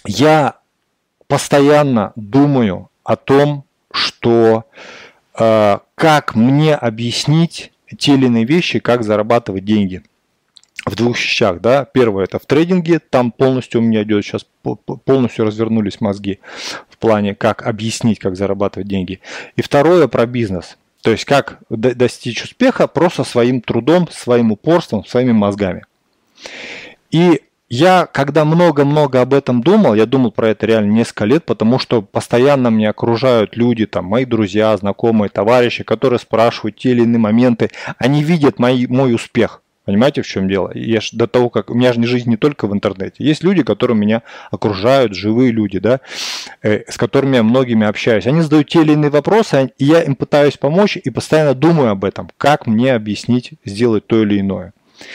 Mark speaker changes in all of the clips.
Speaker 1: Я постоянно думаю о том, что как мне объяснить те или иные вещи, как зарабатывать деньги. В двух вещах, да. Первое это в трейдинге, там полностью у меня идет сейчас полностью развернулись мозги в плане, как объяснить, как зарабатывать деньги. И второе про бизнес. То есть как достичь успеха просто своим трудом, своим упорством, своими мозгами. И я, когда много-много об этом думал, я думал про это реально несколько лет, потому что постоянно меня окружают люди, там, мои друзья, знакомые, товарищи, которые спрашивают те или иные моменты, они видят мой успех. Понимаете, в чем дело? Я ж до того, как у меня же жизнь не только в интернете. Есть люди, которые меня окружают, живые люди, да, с которыми я многими общаюсь. Они задают те или иные вопросы, и я им пытаюсь помочь и постоянно думаю об этом, как мне объяснить, сделать то или иное.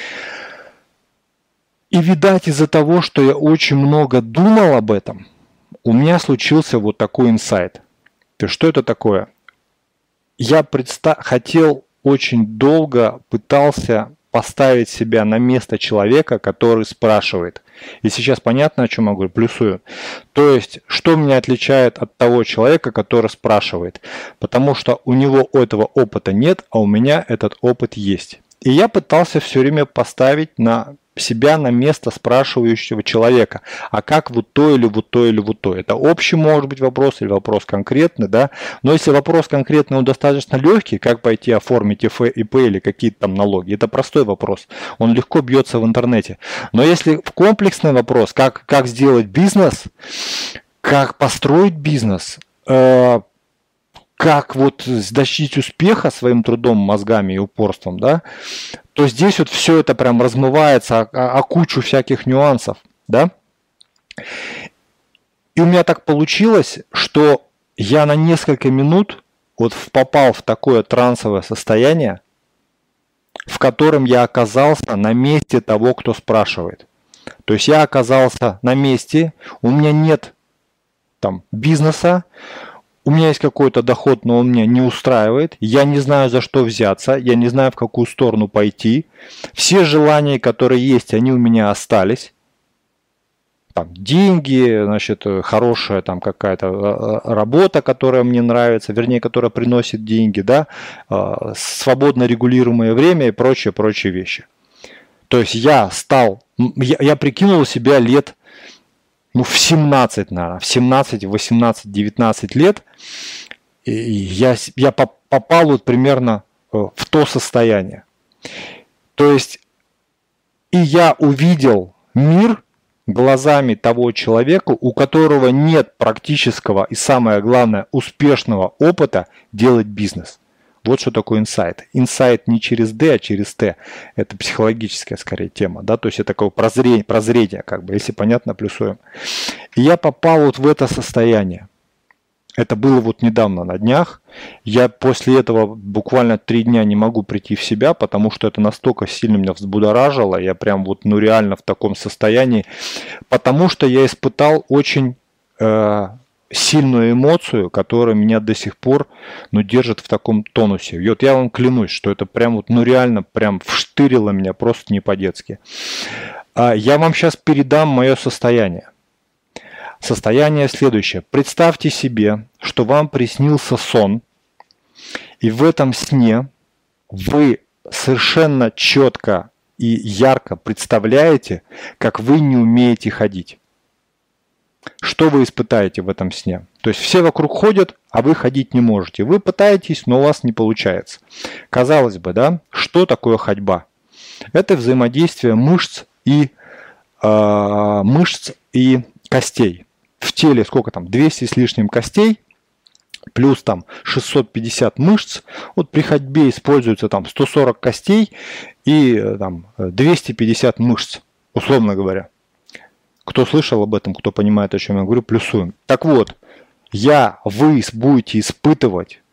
Speaker 1: И, видать, из-за того, что я очень много думал об этом, у меня случился вот такой инсайт. То есть, что это такое? Я хотел очень долго, пытался поставить себя на место человека, который спрашивает. И сейчас понятно, о чем я говорю, плюсую. То есть, что меня отличает от того человека, который спрашивает? Потому что у него этого опыта нет, а у меня этот опыт есть. И я пытался все время поставить себя на место спрашивающего человека. А как вот то или вот то или вот то? Это общий может быть вопрос или вопрос конкретный, да? Но если вопрос конкретный, он достаточно легкий, как пойти оформить ИП или какие-то там налоги, это простой вопрос. Он легко бьется в интернете. Но если комплексный вопрос, как сделать бизнес, как построить бизнес, как вот достичь успеха своим трудом, мозгами и упорством, да, то здесь вот все это прям размывается о кучу всяких нюансов, да. И у меня так получилось, что я на несколько минут вот попал в такое трансовое состояние, в котором я оказался на месте того, кто спрашивает. То есть я оказался на месте, у меня нет там бизнеса, у меня есть какой-то доход, но он меня не устраивает, я не знаю, за что взяться, я не знаю, в какую сторону пойти. Все желания, которые есть, они у меня остались. Там, деньги, значит, хорошая там какая-то работа, которая мне нравится, вернее, которая приносит деньги, да, свободно регулируемое время и прочие вещи. То есть я прикинул себя лет, в 17, наверное, в 17, 18, 19 лет, и я попал вот примерно в то состояние. То есть, и я увидел мир глазами того человека, у которого нет практического и, самое главное, успешного опыта делать бизнес. Вот что такое инсайт. Инсайт не через D, а через T. Это психологическая, скорее, тема. Да? То есть это такое прозрение, как бы, если понятно, плюсуем. И я попал вот в это состояние. Это было вот недавно, на днях. Я после этого буквально 3 дня не могу прийти в себя, потому что это настолько сильно меня взбудоражило. Я прям вот, реально в таком состоянии. Потому что я испытал очень сильную эмоцию, которая меня до сих пор, держит в таком тонусе. И вот я вам клянусь, что это прям вот, реально прям вштырило меня просто не по-детски. Я вам сейчас передам мое состояние. Состояние следующее. Представьте себе, что вам приснился сон, и в этом сне вы совершенно четко и ярко представляете, как вы не умеете ходить. Что вы испытаете в этом сне? То есть все вокруг ходят, а вы ходить не можете. Вы пытаетесь, но у вас не получается. Казалось бы, да, что такое ходьба? Это взаимодействие мышц и костей. В теле сколько там? 200 с лишним костей, плюс там 650 мышц. Вот при ходьбе используется там 140 костей и там 250 мышц, условно говоря. Кто слышал об этом, кто понимает, о чем я говорю, плюсуем. Так вот, вы будете испытывать,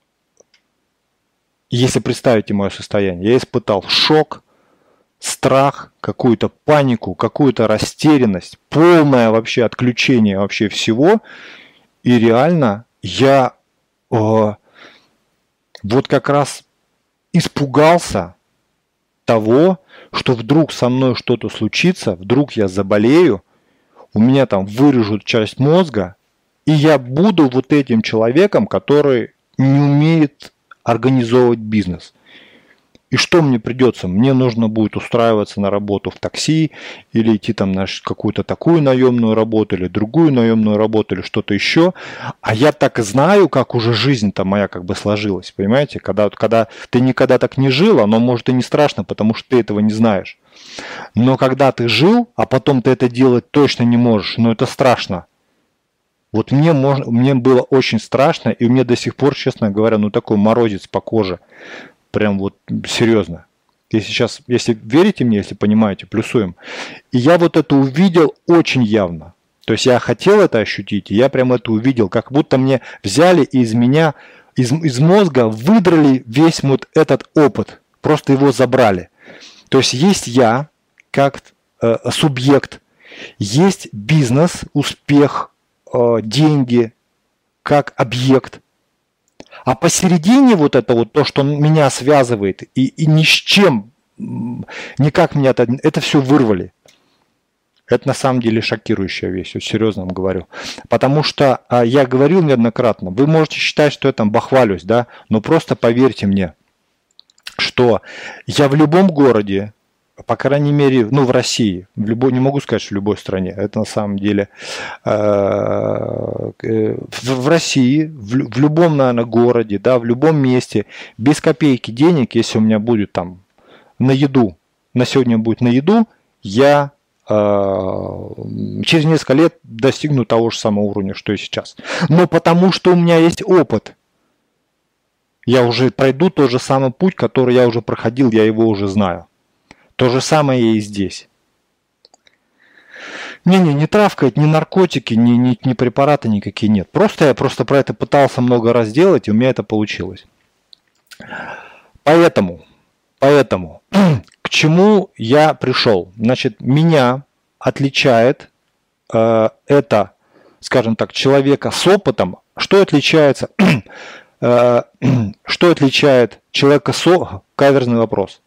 Speaker 1: если представите мое состояние, я испытал шок, страх, какую-то панику, какую-то растерянность, полное вообще отключение вообще всего. И реально я вот как раз испугался того, что вдруг со мной что-то случится, вдруг я заболею, у меня там вырежут часть мозга, и я буду вот этим человеком, который не умеет организовывать бизнес. И что мне придется? Мне нужно будет устраиваться на работу в такси или идти там на какую-то такую наемную работу или другую наемную работу или что-то еще. А я так и знаю, как уже жизнь-то моя как бы сложилась, понимаете? Когда ты никогда так не жил, оно может и не страшно, потому что ты этого не знаешь. Но когда ты жил, а потом ты это делать точно не можешь, но это страшно. Вот мне было очень страшно, и у меня до сих пор, честно говоря, такой морозец по коже. Прям вот серьезно. Если верите мне, если понимаете, плюсуем. И я вот это увидел очень явно. То есть я хотел это ощутить, и я прям это увидел, как будто мне взяли и из меня, из мозга выдрали весь вот этот опыт. Просто его забрали. То есть есть я, как субъект, есть бизнес, успех, деньги, как объект. А посередине вот это вот то, что меня связывает, и ни с чем, никак меня это все вырвали. Это на самом деле шокирующая вещь, вот серьезно вам говорю. Потому что я говорил неоднократно, вы можете считать, что я там бахвалюсь, да, но просто поверьте мне, что я в любом городе, по крайней мере, в России, не могу сказать, что в любой стране, это на самом деле в России, в любом, наверное, городе, да, в любом месте, без копейки денег, если у меня будет там на еду, на сегодня будет на еду, я через несколько лет достигну того же самого уровня, что и сейчас. Но потому что у меня есть опыт. Я уже пройду тот же самый путь, который я уже проходил, я его уже знаю. То же самое и здесь. Не травка, это не наркотики, не препараты никакие нет. Я просто про это пытался много раз делать, и у меня это получилось. Поэтому, к чему я пришел? Значит, меня отличает это, скажем так, человека с опытом. Что отличает человека с опытом? Каверзный вопрос.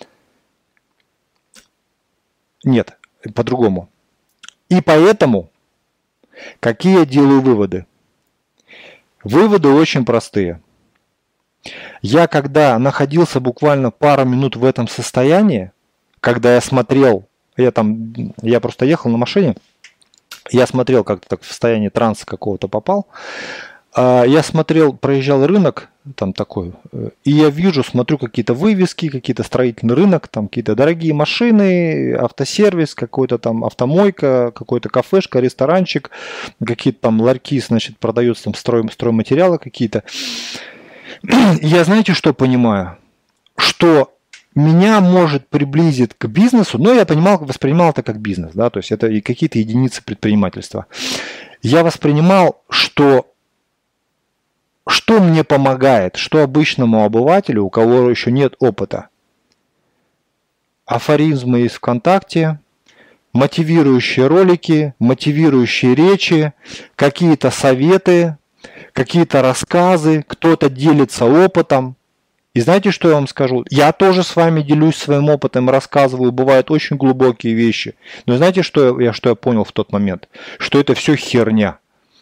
Speaker 1: Нет, по-другому. И поэтому, какие я делаю выводы? Выводы очень простые. Я когда находился буквально пару минут в этом состоянии, когда я смотрел, я просто ехал на машине, я смотрел, как-то так в состояние транса какого-то попал, я смотрел, проезжал рынок, там такой, и я смотрю какие-то вывески, какие-то строительный рынок, там какие-то дорогие машины, автосервис, какой-то там автомойка, какой-то кафешка, ресторанчик, какие-то там ларьки, значит, продаются там стройматериалы какие-то. И я, знаете, что понимаю? Что меня может приблизить к бизнесу, но я воспринимал это как бизнес, да, то есть это и какие-то единицы предпринимательства. Я воспринимал, что мне помогает, что обычному обывателю, у кого еще нет опыта. Афоризмы из ВКонтакте, мотивирующие ролики, мотивирующие речи, какие-то советы, какие-то рассказы, кто-то делится опытом. И знаете, что я вам скажу? Я тоже с вами делюсь своим опытом, рассказываю, бывают очень глубокие вещи. Но знаете, что я понял в тот момент? Что это все херня.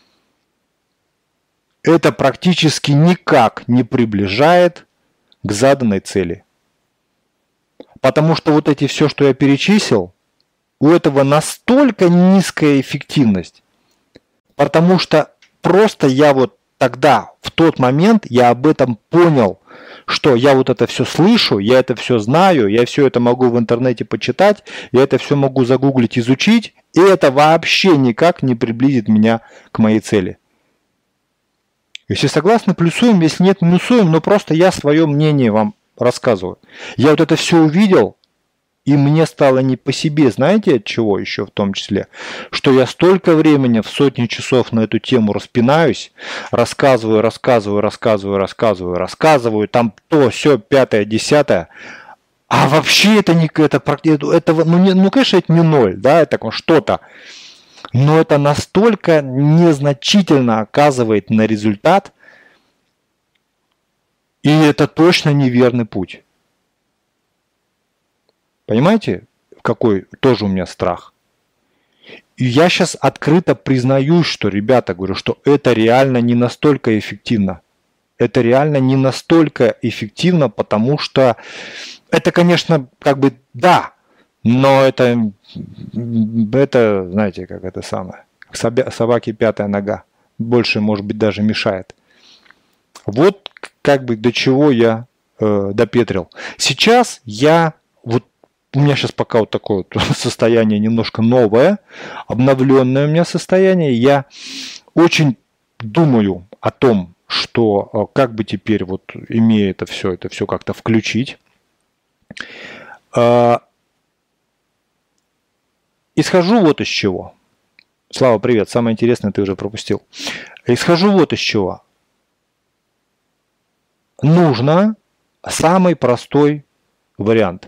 Speaker 1: Это практически никак не приближает к заданной цели. Потому что вот эти все, что я перечислил, у этого настолько низкая эффективность. Потому что просто я вот тогда, в тот момент, я об этом понял, что я вот это все слышу, я это все знаю, я все это могу в интернете почитать, я это все могу загуглить, изучить, и это вообще никак не приблизит меня к моей цели. Если согласны, плюсуем, если нет, минусуем, но просто я свое мнение вам рассказываю. Я вот это все увидел, и мне стало не по себе, знаете, от чего еще в том числе? Что я столько времени, в сотни часов на эту тему распинаюсь, рассказываю, там то, все, пятое, десятое, а вообще это не конечно, это не ноль, да, это что-то. Но это настолько незначительно оказывает на результат, и это точно неверный путь. Понимаете, какой тоже у меня страх? И я сейчас открыто признаюсь, что, ребята, говорю, что это реально не настолько эффективно. Это реально не настолько эффективно, потому что это, конечно, как бы да, но это знаете, как это самое, собаке пятая нога, больше, может быть, даже мешает. Вот как бы до чего я допетрил. Сейчас у меня сейчас пока вот такое вот состояние немножко новое, обновленное у меня состояние. Я очень думаю о том, что как бы теперь вот имея это все как-то включить. Исхожу вот из чего. Слава, привет. Самое интересное ты уже пропустил. Исхожу вот из чего. Нужно самый простой вариант.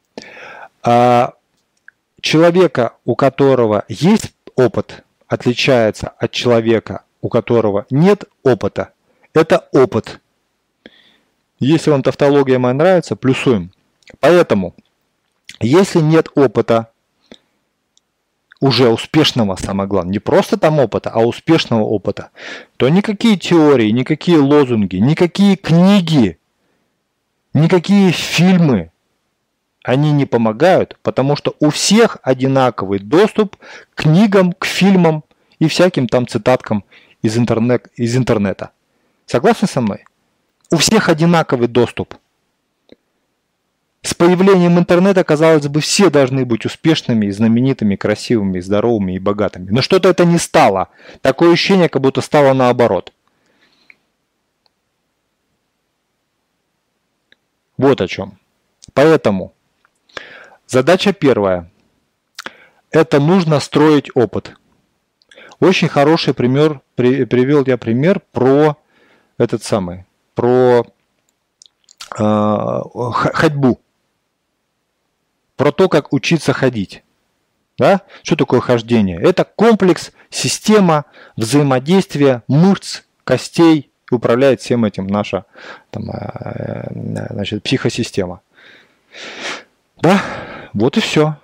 Speaker 1: Человека, у которого есть опыт, отличается от человека, у которого нет опыта. Это опыт. Если вам тавтология моя нравится, плюсуем. Поэтому, если нет опыта, уже успешного, самое главное, не просто там опыта, а успешного опыта, то никакие теории, никакие лозунги, никакие книги, никакие фильмы, они не помогают, потому что у всех одинаковый доступ к книгам, к фильмам и всяким там цитаткам из интернета. Согласны со мной? У всех одинаковый доступ. С появлением интернета, казалось бы, все должны быть успешными, знаменитыми, красивыми, здоровыми и богатыми. Но что-то это не стало. Такое ощущение, как будто стало наоборот. Вот о чем. Поэтому задача первая. Это нужно строить опыт. Очень хороший пример, привел я пример про ходьбу. Про то, как учиться ходить. Да? Что такое хождение? Это комплекс, система взаимодействия мышц, костей. Управляет всем этим наша психосистема. Да, вот и все.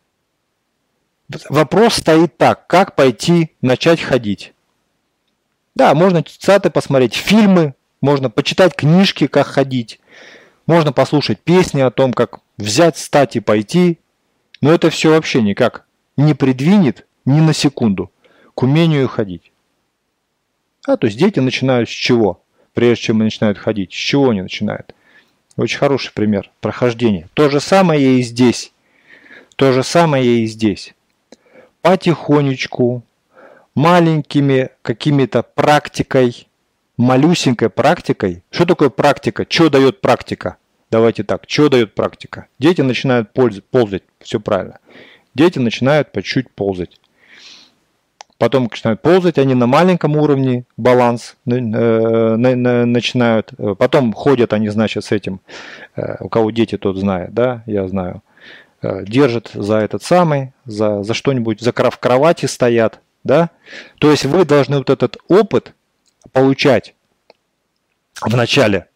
Speaker 1: Вопрос стоит так, как пойти начать ходить. Да, можно цитаты посмотреть, фильмы, можно почитать книжки, как ходить, можно послушать песни о том, как взять, встать и пойти, но это все вообще никак не придвинет ни на секунду к умению ходить. То есть дети начинают с чего? Прежде чем они начинают ходить, с чего они начинают? Очень хороший пример прохождения. То же самое и здесь. То же самое и здесь. Потихонечку, маленькими какими-то практикой, малюсенькой практикой. Что такое практика? Что дает практика? Давайте так, что дает практика? Дети начинают ползать, все правильно. Дети начинают по чуть-чуть ползать. Потом начинают ползать, они на маленьком уровне баланс начинают. Потом ходят они, значит, с этим, у кого дети, тот знает, да, я знаю. Держат за этот самый, за что-нибудь, в кровати стоят, да. То есть вы должны вот этот опыт получать вначале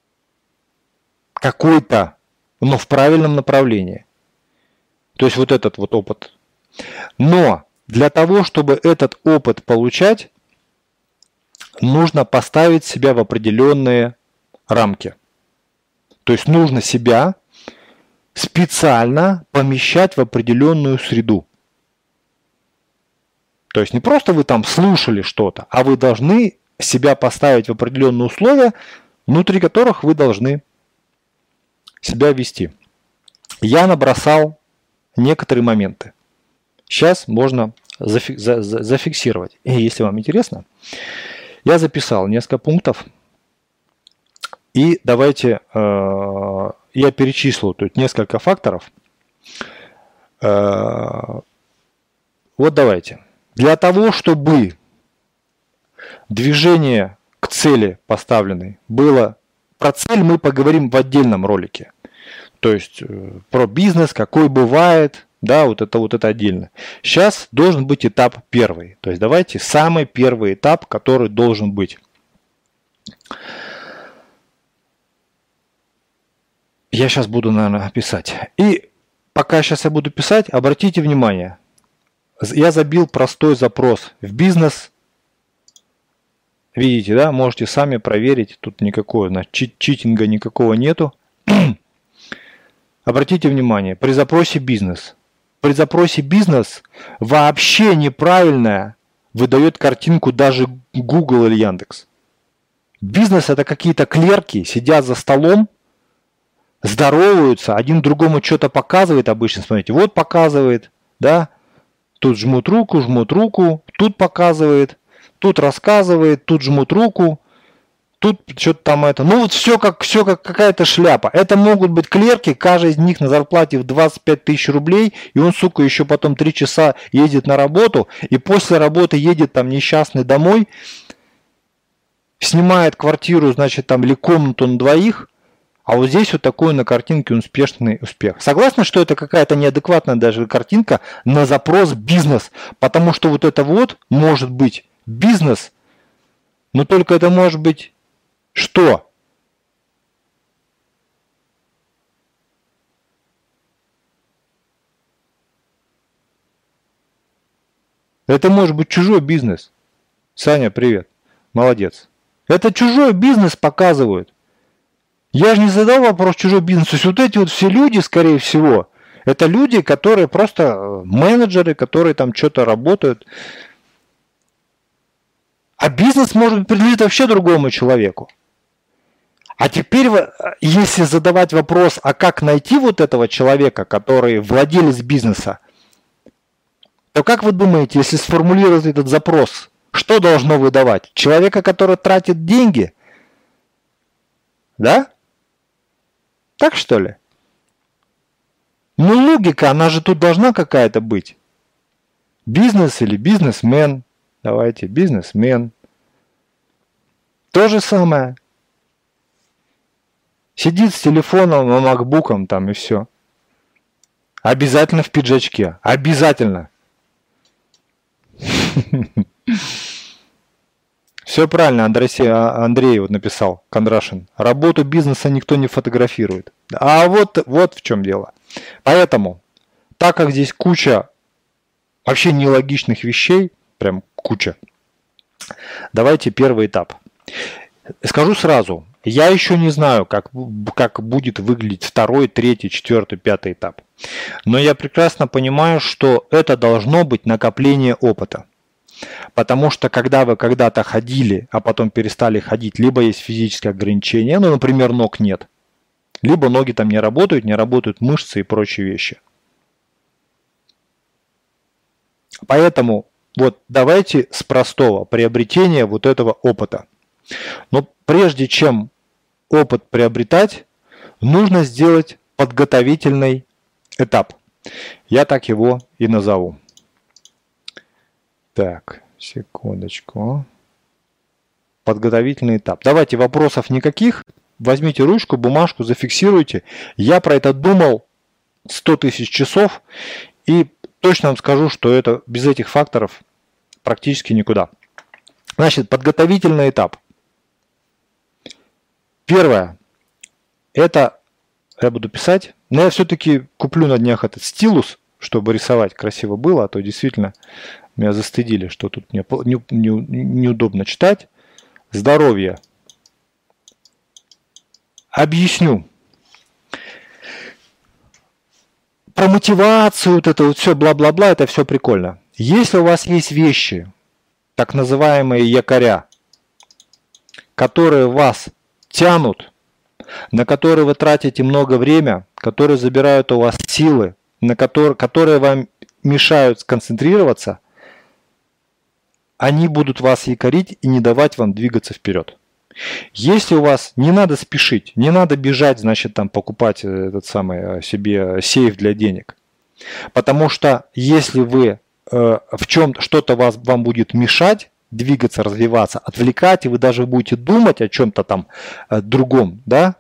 Speaker 1: какой-то, но в правильном направлении. То есть вот этот вот опыт. Но для того, чтобы этот опыт получать, нужно поставить себя в определенные рамки. То есть нужно себя специально помещать в определенную среду. То есть не просто вы там слушали что-то, а вы должны себя поставить в определенные условия, внутри которых вы должны себя вести. Я набросал некоторые моменты. Сейчас можно зафиксировать. И если вам интересно, я записал несколько пунктов. И давайте я перечислю тут несколько факторов. Вот давайте. Для того, чтобы движение к цели поставленной было... Про цель мы поговорим в отдельном ролике. То есть про бизнес, какой бывает, да, вот это отдельно. Сейчас должен быть этап первый. То есть давайте самый первый этап, который должен быть. Я сейчас буду, наверное, писать. И пока сейчас я буду писать, обратите внимание. я забил простой запрос в бизнес. Видите, да, можете сами проверить, тут никакого, значит, читинга никакого нету. Обратите внимание, при запросе бизнес. При запросе бизнес вообще неправильная выдает картинку даже Google или Яндекс. Бизнес — это какие-то клерки, сидят за столом, здороваются, один другому что-то показывает обычно, смотрите, вот показывает, да, тут жмут руку, тут показывает, тут рассказывает, тут жмут руку, тут что-то там это. Ну вот все как какая-то шляпа. Это могут быть клерки, каждый из них на зарплате в 25 тысяч рублей, и он, сука, еще потом 3 часа едет на работу, и после работы едет там несчастный домой, снимает квартиру, значит, там, или комнату на двоих, а вот здесь вот такой на картинке успешный успех. Согласны, что это какая-то неадекватная даже картинка на запрос бизнес, потому что вот это вот может быть бизнес, но только это может быть что? Это может быть чужой бизнес. Саня, привет. Молодец. Это чужой бизнес показывают. Я же не задал вопрос чужой бизнес. То есть вот эти вот все люди, скорее всего, это люди, которые просто менеджеры, которые там что-то работают. А бизнес может быть принадлежит вообще другому человеку. А теперь, если задавать вопрос, а как найти вот этого человека, который владелец бизнеса, то как вы думаете, если сформулировать этот запрос, что должно выдавать? Человека, который тратит деньги? Да? Так что ли? Ну логика, она же тут должна какая-то быть. Бизнес или бизнесмен. Давайте, бизнесмен. То же самое. Сидит с телефоном, макбуком там и все. Обязательно в пиджачке. Обязательно. Все правильно, Андрей вот написал, Кондрашин. Работу бизнеса никто не фотографирует. А вот в чем дело. Поэтому, так как здесь куча вообще нелогичных вещей, прям куча, давайте первый этап. Скажу сразу, я еще не знаю, как будет выглядеть второй, третий, четвертый, пятый этап. Но я прекрасно понимаю, что это должно быть накопление опыта. Потому что когда вы когда-то ходили, а потом перестали ходить, либо есть физическое ограничение, ну, например, ног нет, либо ноги там не работают мышцы и прочие вещи. Поэтому вот давайте с простого приобретения вот этого опыта. Но прежде чем опыт приобретать, нужно сделать подготовительный этап. Я так его и назову. Так, секундочку. Подготовительный этап. Давайте, вопросов никаких. Возьмите ручку, бумажку, зафиксируйте. Я про это думал 100 тысяч часов. И точно вам скажу, что это без этих факторов практически никуда. Значит, подготовительный этап. Первое. Это я буду писать. Но я все-таки куплю на днях этот стилус, чтобы рисовать красиво было. А то действительно меня застыдили, что тут мне неудобно читать. Здоровье. Объясню. Про мотивацию, вот это вот все бла-бла-бла, это все прикольно. Если у вас есть вещи, так называемые якоря, которые вас тянут, на которые вы тратите много времени, которые забирают у вас силы, которые вам мешают сконцентрироваться, они будут вас якорить и не давать вам двигаться вперед. Если у вас не надо спешить, не надо бежать, значит, там покупать этот самый себе сейф для денег. Потому что если вы в чем что-то вам будет мешать двигаться, развиваться, отвлекать, и вы даже будете думать о чем-то там другом, да,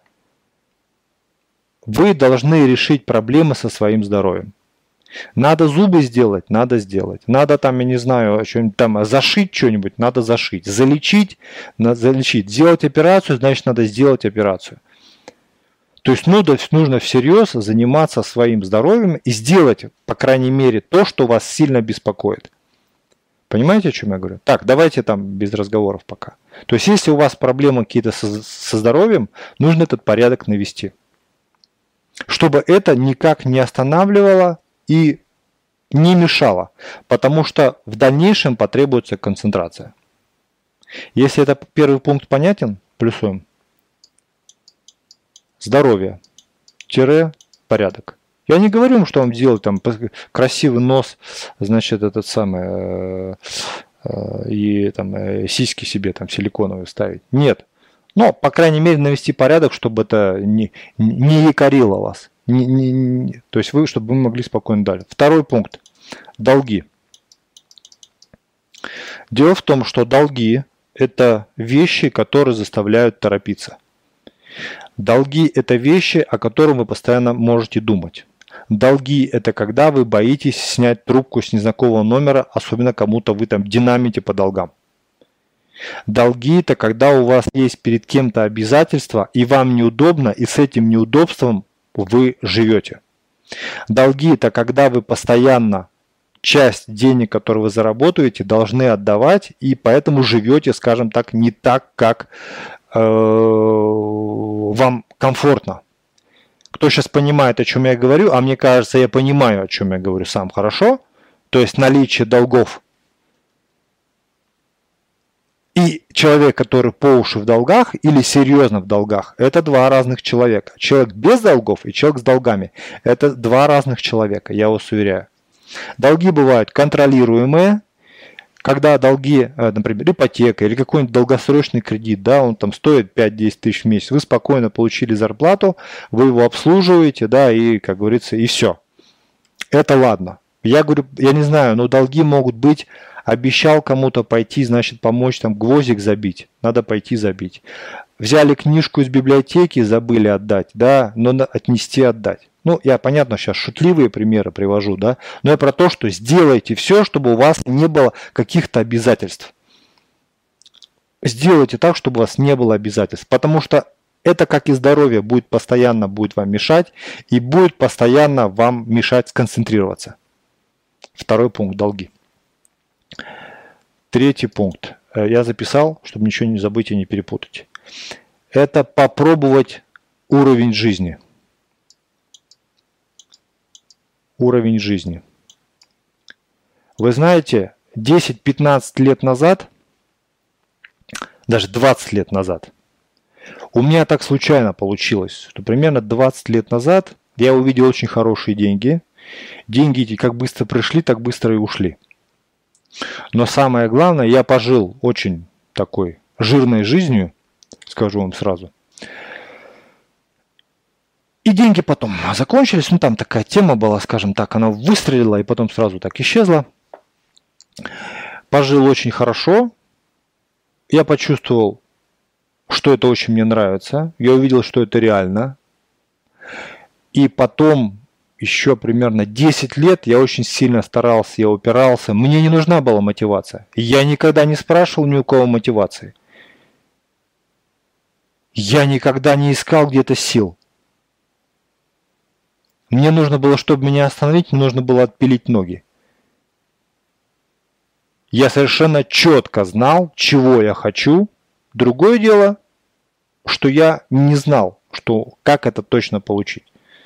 Speaker 1: вы должны решить проблемы со своим здоровьем. Надо зубы сделать, надо сделать. Надо там, я не знаю, что-нибудь там зашить что-нибудь, надо зашить. Залечить, надо залечить. Сделать операцию, значит, надо сделать операцию. То есть нужно всерьез заниматься своим здоровьем и сделать, по крайней мере, то, что вас сильно беспокоит. Понимаете, о чем я говорю? Так, давайте там без разговоров пока. То есть, если у вас проблемы какие-то со здоровьем, нужно этот порядок навести. Чтобы это никак не останавливало и не мешало. Потому что в дальнейшем потребуется концентрация. Если это первый пункт понятен, плюсуем. Здоровье. Порядок. Я не говорю, что вам делать там красивый нос, значит, этот самый, и там сиськи себе там силиконовые ставить. Нет. Но, по крайней мере, навести порядок, чтобы это не якорило вас. То есть чтобы вы могли спокойно дальше. Второй пункт. Долги. Дело в том, что долги – это вещи, которые заставляют торопиться. Долги – это вещи, о которых вы постоянно можете думать. Долги – это когда вы боитесь снять трубку с незнакомого номера, особенно кому-то вы там динамите по долгам. Долги – это когда у вас есть перед кем-то обязательства, и вам неудобно, и с этим неудобством вы живете. Долги – это когда вы постоянно часть денег, которые вы заработаете, должны отдавать, и поэтому живете, скажем так, не так, как вам комфортно. Кто сейчас понимает, о чем я говорю, а мне кажется, я понимаю, о чем я говорю сам хорошо, то есть наличие долгов и человек, который по уши в долгах или серьезно в долгах, это два разных человека. Человек без долгов и человек с долгами – это два разных человека, я вас уверяю. Долги бывают контролируемые, когда долги, например, ипотека или какой-нибудь долгосрочный кредит, да, он там стоит 5-10 тысяч в месяц, вы спокойно получили зарплату, вы его обслуживаете, да, и, как говорится, и все. Это ладно. Я говорю, я не знаю, но долги могут быть, обещал кому-то пойти, значит, помочь там гвоздик забить, надо пойти забить. Взяли книжку из библиотеки, забыли отдать, да, но отнести отдать. Ну, я, понятно, сейчас шутливые примеры привожу, да, но я про то, что сделайте все, чтобы у вас не было каких-то обязательств. Сделайте так, чтобы у вас не было обязательств, потому что это, как и здоровье, постоянно будет вам мешать и будет постоянно вам мешать сконцентрироваться. Второй пункт – долги. Третий пункт. Я записал, чтобы ничего не забыть и не перепутать. Это попробовать уровень жизни. Уровень жизни. Вы знаете, 10-15 лет назад, даже 20 лет назад, у меня так случайно получилось, что примерно 20 лет назад я увидел очень хорошие деньги. Деньги эти как быстро пришли, так быстро и ушли. Но самое главное, я пожил очень такой жирной жизнью, скажу вам сразу. И деньги потом закончились, ну там такая тема была, скажем так, она выстрелила и потом сразу так исчезла. Пожил очень хорошо, я почувствовал, что это очень мне нравится, я увидел, что это реально. И потом еще примерно 10 лет я очень сильно старался, я упирался, мне не нужна была мотивация. Я никогда не спрашивал ни у кого мотивации. Я никогда не искал где-то сил. Мне нужно было, чтобы меня остановить, мне нужно было отпилить ноги. Я совершенно четко знал, чего я хочу. Другое дело, что я не знал, как это точно получить.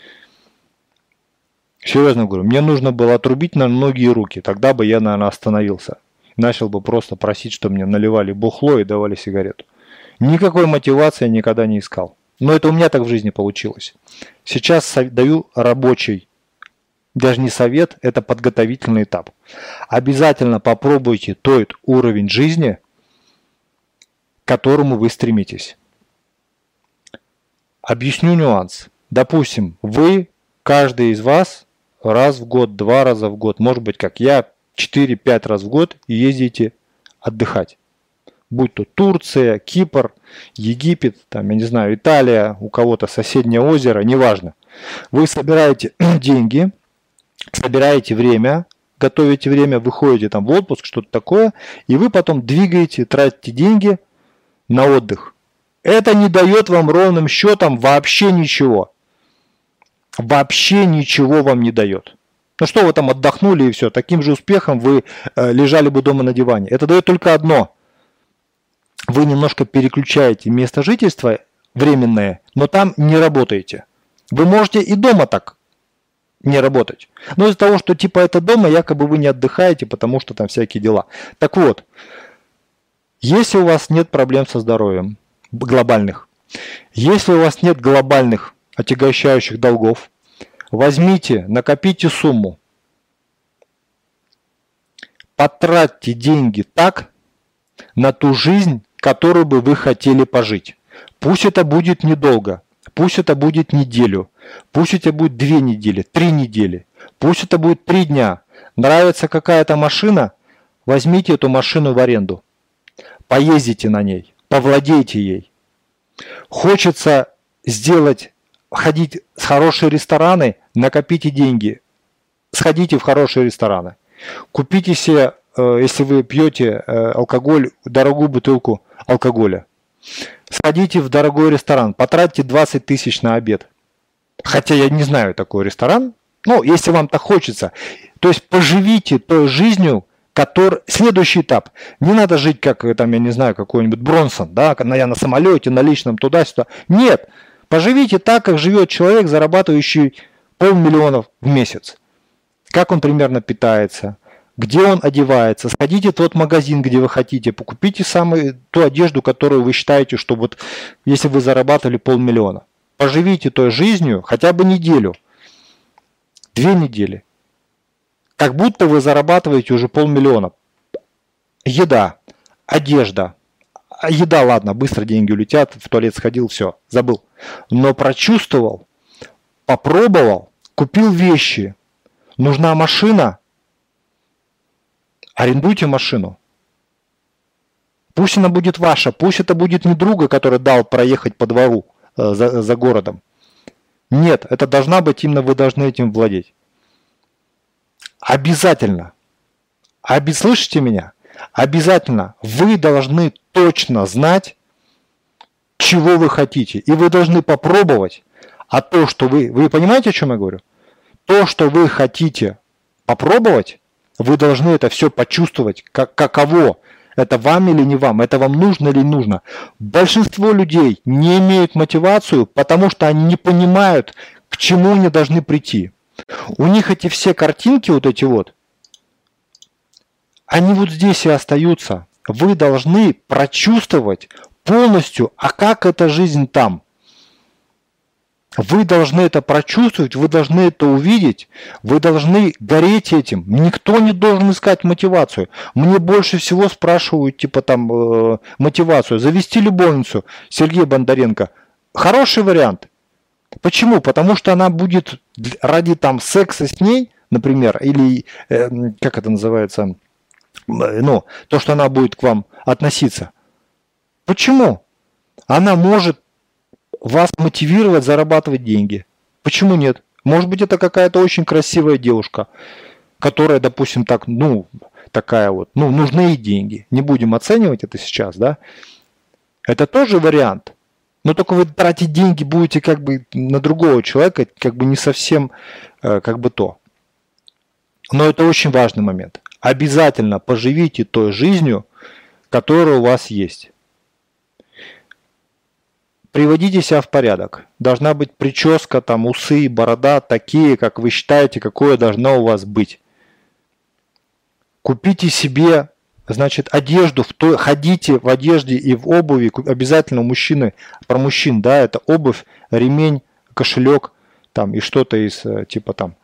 Speaker 1: Серьезно говорю, мне нужно было отрубить на ноги и руки, тогда бы я, наверное, остановился. Начал бы просто просить, чтобы мне наливали бухло и давали сигарету. Никакой мотивации я никогда не искал. Но это у меня так в жизни получилось. Сейчас даю рабочий, даже не совет, это подготовительный этап. Обязательно попробуйте тот уровень жизни, к которому вы стремитесь. Объясню нюанс. Допустим, каждый из вас раз в год, 2 раза в год, может быть, как я, 4-5 раз в год ездите отдыхать. Будь то Турция, Кипр, Египет, там, я не знаю, Италия, у кого-то соседнее озеро, неважно. Вы собираете деньги, собираете время, готовите время, выходите там в отпуск, что-то такое, и вы потом двигаете, тратите деньги на отдых. Это не дает вам ровным счетом вообще ничего. Вообще ничего вам не дает. Ну что вы там отдохнули и все, таким же успехом вы лежали бы дома на диване. Это дает только одно. Вы немножко переключаете место жительства временное, но там не работаете. Вы можете и дома так не работать. Но из-за того, что типа это дома, якобы вы не отдыхаете, потому что там всякие дела. Так вот, если у вас нет проблем со здоровьем глобальных, если у вас нет глобальных отягощающих долгов, возьмите, накопите сумму, потратьте деньги так на ту жизнь, которую бы вы хотели пожить. Пусть это будет недолго, пусть это будет неделю, пусть это будет 2 недели, 3 недели, пусть это будет 3 дня. Нравится какая-то машина, возьмите эту машину в аренду, поездите на ней, повладейте ей. Хочется ходить в хорошие рестораны, накопите деньги, сходите в хорошие рестораны. Купите себе, если вы пьете алкоголь, дорогую бутылку алкоголя. Сходите в дорогой ресторан, потратьте 20 тысяч на обед. Хотя я не знаю такой ресторан, но если вам так хочется. То есть поживите той жизнью, следующий этап. Не надо жить, как там, я не знаю, какой-нибудь Бронсон, да, я на самолете, на личном, туда-сюда. Нет, поживите так, как живет человек, зарабатывающий 500 000 в месяц. Как он примерно питается, где он одевается. Сходите в тот магазин, где вы хотите, покупите ту одежду, которую вы считаете, что вот если вы зарабатывали 500 000. Поживите той жизнью хотя бы неделю, 2 недели. Как будто вы зарабатываете уже 500 000. Еда, одежда. Еда, ладно, быстро деньги улетят, в туалет сходил, все, забыл. Но прочувствовал, попробовал, купил вещи. Нужна машина? Арендуйте машину. Пусть она будет ваша, пусть это будет не друга, который дал проехать по двору за городом. Нет, это должна быть именно вы должны этим владеть. Обязательно. Слышите меня? Обязательно. Вы должны точно знать, чего вы хотите. И вы должны попробовать. А то, что вы понимаете, о чем я говорю? То, что вы хотите попробовать, вы должны это все почувствовать. Каково. Это вам или не вам? Это вам нужно или не нужно? Большинство людей не имеют мотивацию, потому что они не понимают, к чему они должны прийти. У них эти все картинки, вот эти вот, они вот здесь и остаются. Вы должны прочувствовать полностью, а как эта жизнь там. Вы должны это прочувствовать, вы должны это увидеть, вы должны гореть этим. Никто не должен искать мотивацию. Мне больше всего спрашивают, типа там, мотивацию. Завести любовницу, Сергей Бондаренко. Хороший вариант. Почему? Потому что она будет ради там секса с ней, например, или, как это называется, ну, то, что она будет к вам относиться. Почему? Она может вас мотивировать зарабатывать деньги. Почему нет? Может быть, это какая-то очень красивая девушка, которая, допустим, такая вот, нужны ей деньги. Не будем оценивать это сейчас, да? Это тоже вариант. Но только вы тратить деньги будете как бы на другого человека, как бы не совсем как бы то. Но это очень важный момент. Обязательно поживите той жизнью, которая у вас есть. Приводите себя в порядок. Должна быть прическа, там, усы, борода такие, как вы считаете, какое должно у вас быть. Купите себе, значит, одежду, ходите в одежде и в обуви, обязательно у мужчины, про мужчин, да, это обувь, ремень, кошелек, там, и что-то из, типа там,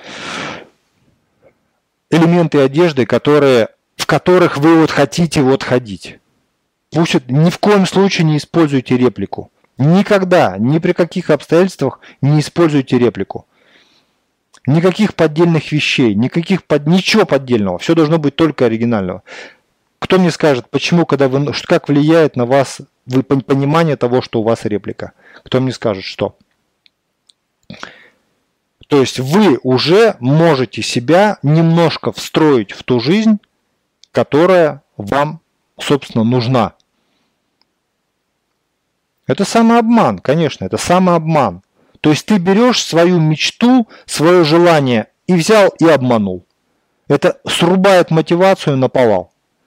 Speaker 1: элементы одежды, в которых вы вот хотите вот ходить. Пусть ни в коем случае не используйте реплику. Никогда, ни при каких обстоятельствах не используйте реплику. Никаких поддельных вещей, ничего поддельного. Все должно быть только оригинального. Кто мне скажет, почему, как влияет на вас понимание того, что у вас реплика? Кто мне скажет, что? То есть вы уже можете себя немножко встроить в ту жизнь, которая вам, собственно, нужна. Это самообман, конечно, это самообман. То есть ты берешь свою мечту, свое желание и взял и обманул. Это срубает мотивацию на повал.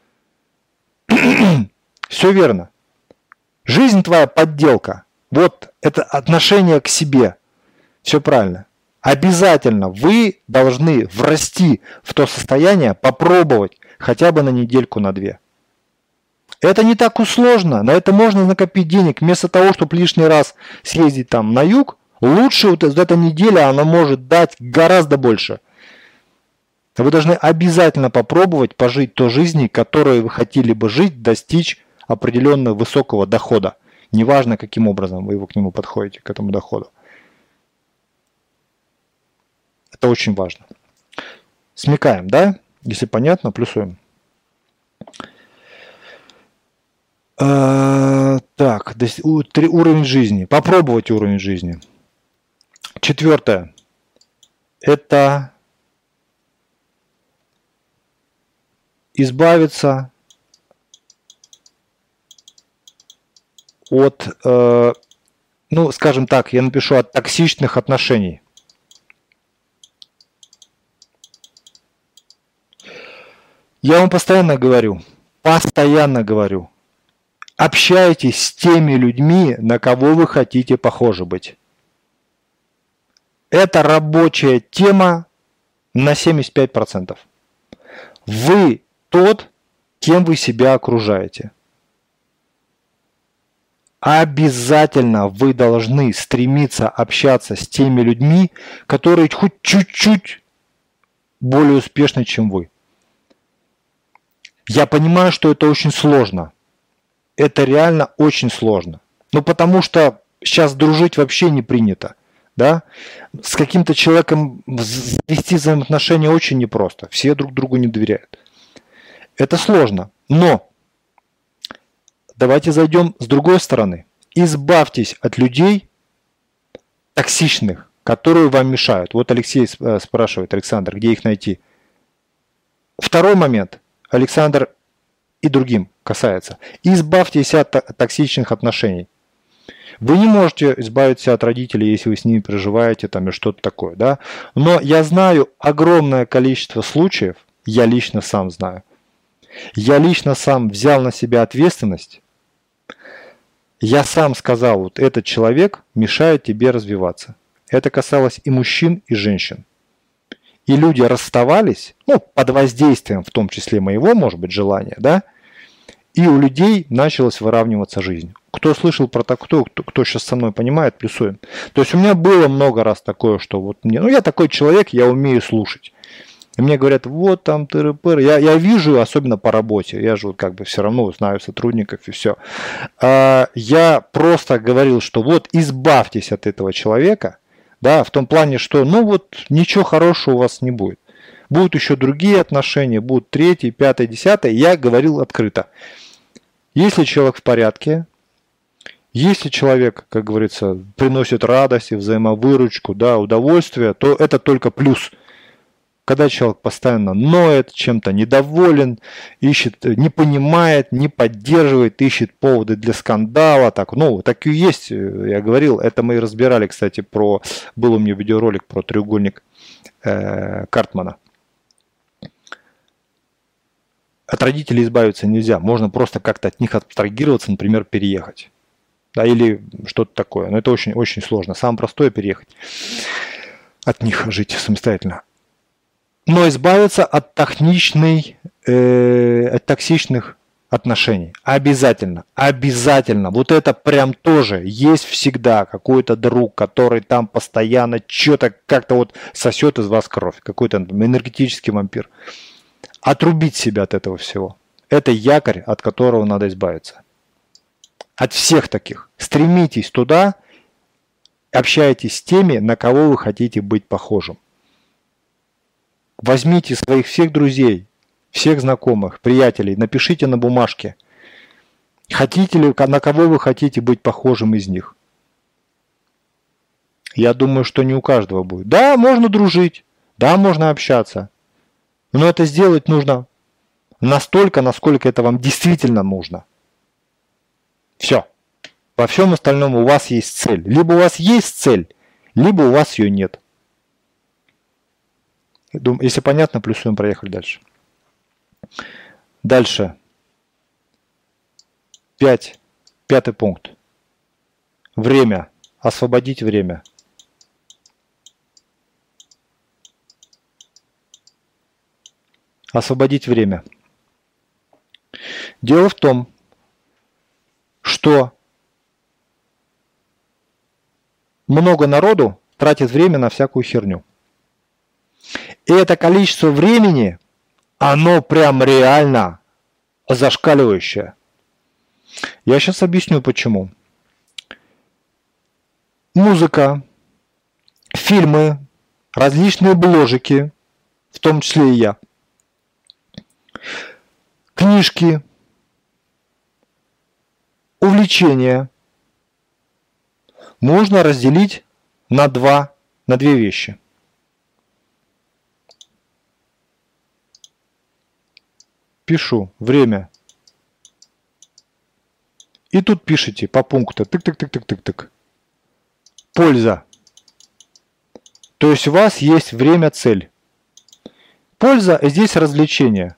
Speaker 1: Все верно. Жизнь твоя подделка. Вот это отношение к себе. Все правильно. Обязательно вы должны врасти в то состояние, попробовать хотя бы на недельку, на две. Это не так уж сложно, на это можно накопить денег. Вместо того, чтобы лишний раз съездить там на юг, лучше вот эта неделя, она может дать гораздо больше. Вы должны обязательно попробовать пожить той жизнью, которой вы хотели бы жить, достичь определенного высокого дохода. Неважно, каким образом вы к нему подходите, к этому доходу. Это очень важно. Смекаем, да? Если понятно, плюсуем. Так, уровень жизни. Попробовать уровень жизни. 4. Это избавиться от, ну, скажем так, я напишу от токсичных отношений. Я вам постоянно говорю, общайтесь с теми людьми, на кого вы хотите похожи быть. Это рабочая тема на 75%. Вы тот, кем вы себя окружаете. Обязательно вы должны стремиться общаться с теми людьми, которые хоть чуть-чуть более успешны, чем вы. Я понимаю, что это очень сложно. Это реально очень сложно. Ну, потому что сейчас дружить вообще не принято. Да? С каким-то человеком вести взаимоотношения очень непросто. Все друг другу не доверяют. Это сложно. Но давайте зайдем с другой стороны. Избавьтесь от людей токсичных, которые вам мешают. Вот Алексей спрашивает, Александр, где их найти? Второй момент. Александр и другим касается. Избавьтесь от токсичных отношений. Вы не можете избавиться от родителей, если вы с ними проживаете там и что-то такое, да? Но я знаю огромное количество случаев, я лично сам знаю. Я лично сам взял на себя ответственность. Я сам сказал, вот этот человек мешает тебе развиваться. Это касалось и мужчин, и женщин. И люди расставались, ну, под воздействием, в том числе моего, может быть, желания, да, и у людей началась выравниваться жизнь. Кто слышал про такое, кто сейчас со мной понимает, плюсуем. То есть у меня было много раз такое, что вот мне, ну, я такой человек, я умею слушать. И мне говорят, вот там тыры-пыры. Я вижу, особенно по работе, я же вот как бы все равно знаю сотрудников и все. Я просто говорил, что вот избавьтесь от этого человека, да, в том плане, что ну вот ничего хорошего у вас не будет. Будут еще другие отношения, будут 3, 5, 10. Я говорил открыто. Если человек в порядке, если человек, как говорится, приносит радость, взаимовыручку, да, удовольствие, то это только плюс. Когда человек постоянно ноет, чем-то недоволен, ищет, не понимает, не поддерживает, ищет поводы для скандала. Так, ну, так и есть, я говорил, это мы и разбирали, кстати, был у меня видеоролик про треугольник Картмана. От родителей избавиться нельзя, можно просто как-то от них абстрагироваться, например, переехать. Да, или что-то такое, но это очень сложно. Самое простое переехать, от них жить самостоятельно. Но избавиться от токсичных отношений. Обязательно. Обязательно. Вот это прям тоже есть всегда какой-то друг, который там постоянно что-то как-то вот сосет из вас кровь. Какой-то энергетический вампир. Отрубить себя от этого всего. Это якорь, от которого надо избавиться. От всех таких. Стремитесь туда, общайтесь с теми, на кого вы хотите быть похожим. Возьмите своих всех друзей, всех знакомых, приятелей, напишите на бумажке, хотите ли, на кого вы хотите быть похожим из них. Я думаю, что не у каждого будет. Да, можно дружить, да, можно общаться, но это сделать нужно настолько, насколько это вам действительно нужно. Все. Во всем остальном у вас есть цель. Либо у вас есть цель, либо у вас ее нет. Если понятно, плюсуем, проехали дальше. Дальше. 5. Пятый пункт. Время. Освободить время. Освободить время. Дело в том, что много народу тратит время на всякую херню. И это количество времени, оно прям реально зашкаливающее. Я сейчас объясню почему. Музыка, фильмы, различные бложики, в том числе и я, книжки, увлечения можно разделить на две вещи. Пишу время. И тут пишите по пункту. Тык-тык-тык-тык-тык-тык. Польза. То есть у вас есть время-цель. Польза здесь развлечение.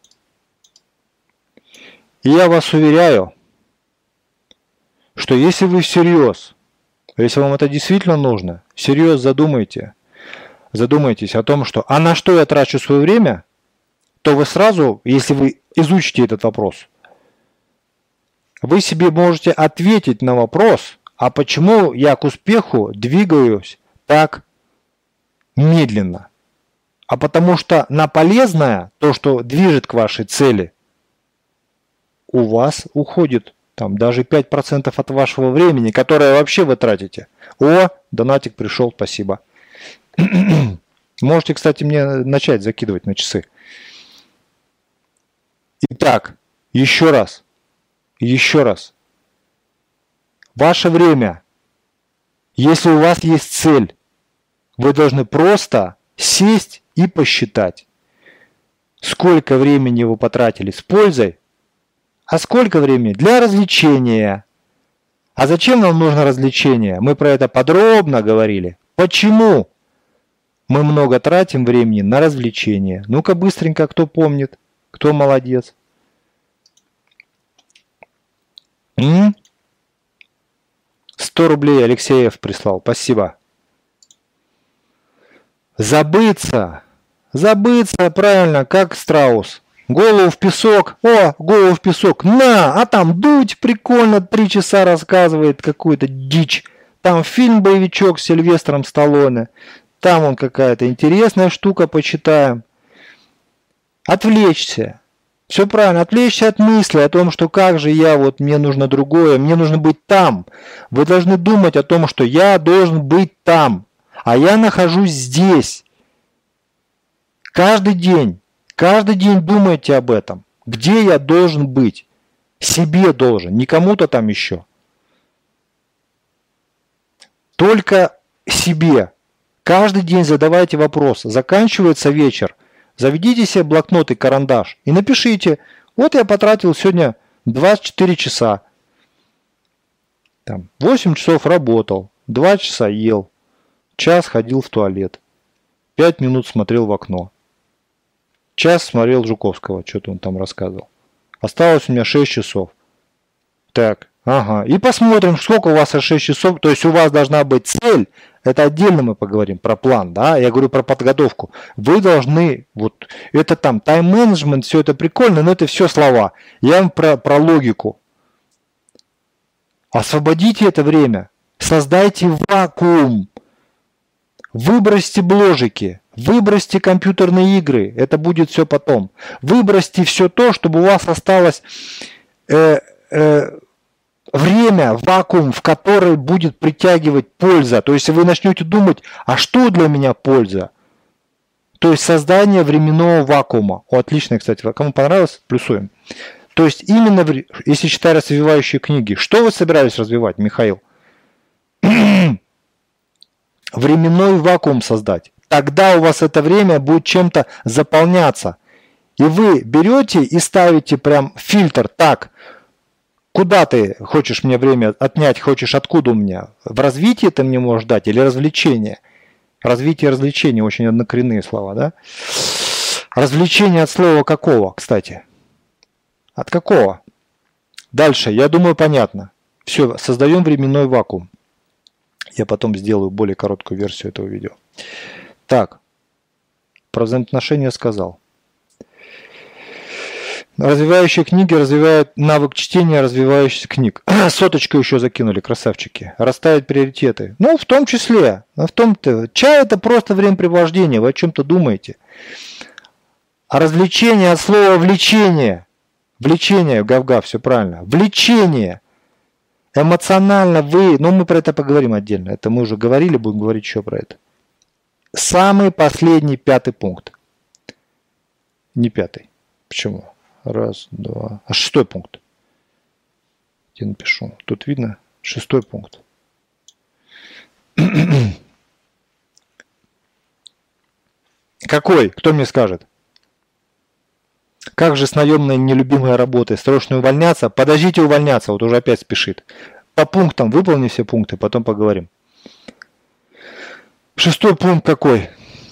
Speaker 1: И я вас уверяю, что если вы всерьез, если вам это действительно нужно, всерьез задумайтесь о том, что а на что я трачу свое время, то вы сразу, если вы изучите этот вопрос, вы себе можете ответить на вопрос, а почему я к успеху двигаюсь так медленно? А потому что на полезное, то, что движет к вашей цели, у вас уходит там даже 5% от вашего времени, которое вообще вы тратите. О, донатик пришел, спасибо. Можете, кстати, мне начать закидывать на часы. Итак, еще раз. Ваше время, если у вас есть цель, вы должны просто сесть и посчитать, сколько времени вы потратили с пользой, а сколько времени для развлечения. А зачем нам нужно развлечение? Мы про это подробно говорили. Почему мы много тратим времени на развлечения? Ну-ка быстренько, кто помнит, кто молодец. 100 рублей Алексеев прислал. Спасибо. Забыться, правильно, как страус. Голову в песок. О, голову в песок. На, а там дуть прикольно, 3 часа рассказывает какую-то дичь. Там фильм-боевичок с Сильвестром Сталлоне. Там он какая-то интересная штука, почитаем. Отвлечься. Все правильно, отвлечься от мысли о том, что как же я, вот мне нужно другое, мне нужно быть там. Вы должны думать о том, что я должен быть там, а я нахожусь здесь. Каждый день думайте об этом. Где я должен быть? Себе должен, не кому-то там еще. Только себе. Каждый день задавайте вопрос. Заканчивается вечер. Заведите себе блокнот и карандаш и напишите, вот я потратил сегодня 24 часа. Там, 8 часов работал, 2 часа ел, час ходил в туалет, 5 минут смотрел в окно, час смотрел Жуковского, что-то он там рассказывал. Осталось у меня 6 часов. Так, ага, и посмотрим, сколько у вас 6 часов, то есть у вас должна быть цель. Это отдельно мы поговорим про план, да, я говорю про подготовку. Вы должны, вот, это там тайм-менеджмент, все это прикольно, но это все слова. Я вам про логику. Освободите это время, создайте вакуум, выбросьте бложики, выбросьте компьютерные игры, это будет все потом. Выбросьте все то, чтобы у вас осталось время, вакуум, в который будет притягивать польза. То есть вы начнете думать, а что для меня польза? То есть создание временного вакуума. О, отлично, кстати. Кому понравилось, плюсуем. То есть именно, если читать развивающие книги, что вы собирались развивать, Михаил? Временной вакуум создать. Тогда у вас это время будет чем-то заполняться. И вы берете и ставите прям фильтр так. Куда ты хочешь мне время отнять, хочешь откуда у меня? В развитии ты мне можешь дать или развлечение? Развитие и развлечение очень однокоренные слова, да? Развлечение от слова какого, кстати? От какого? Дальше, я думаю, понятно. Все, создаем временной вакуум. Я потом сделаю более короткую версию этого видео. Так, про взаимоотношения сказал. Развивающие книги развивают навык чтения развивающихся книг. Соточку еще закинули, красавчики. Расставить приоритеты. Ну, в том числе. В том-то. Чай – это просто времяпрепровождение. Вы о чем-то думаете. А развлечение от слова влечение. Влечение, гав-гав, все правильно. Влечение. Эмоционально вы... Ну, мы про это поговорим отдельно. Это мы уже говорили, будем говорить еще про это. Самый последний, 5-й пункт. Не 5-й. Почему? Раз, два. А 6-й пункт. Я напишу. Тут видно 6-й пункт. Какой? Кто мне скажет? Как же с наемной нелюбимой работой? Срочно увольняться? Подождите увольняться. Вот уже опять спешит. По пунктам выполни все пункты, потом поговорим. 6-й пункт какой?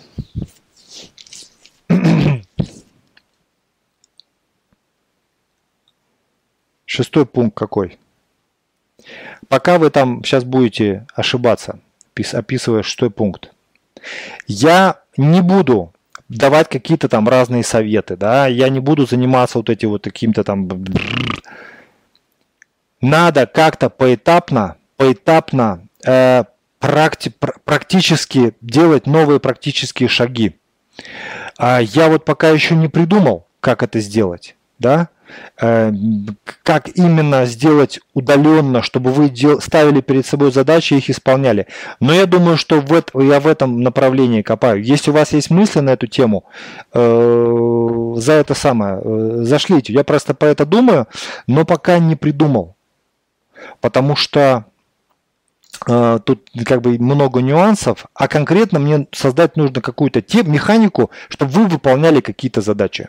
Speaker 1: Шестой пункт какой? Пока вы там сейчас будете ошибаться, описывая 6-й пункт, я не буду давать какие-то там разные советы, да, я не буду заниматься вот этим вот каким-то там... Надо как-то поэтапно практически делать новые практические шаги. Я вот пока еще не придумал, как это сделать, да, как именно сделать удаленно, чтобы вы ставили перед собой задачи и их исполняли. Но я думаю, что я в этом направлении копаю. Если у вас есть мысли на эту тему, за это самое, зашлите. Я просто по это думаю, но пока не придумал. Потому что тут как бы много нюансов, а конкретно мне создать нужно какую-то механику, чтобы вы выполняли какие-то задачи.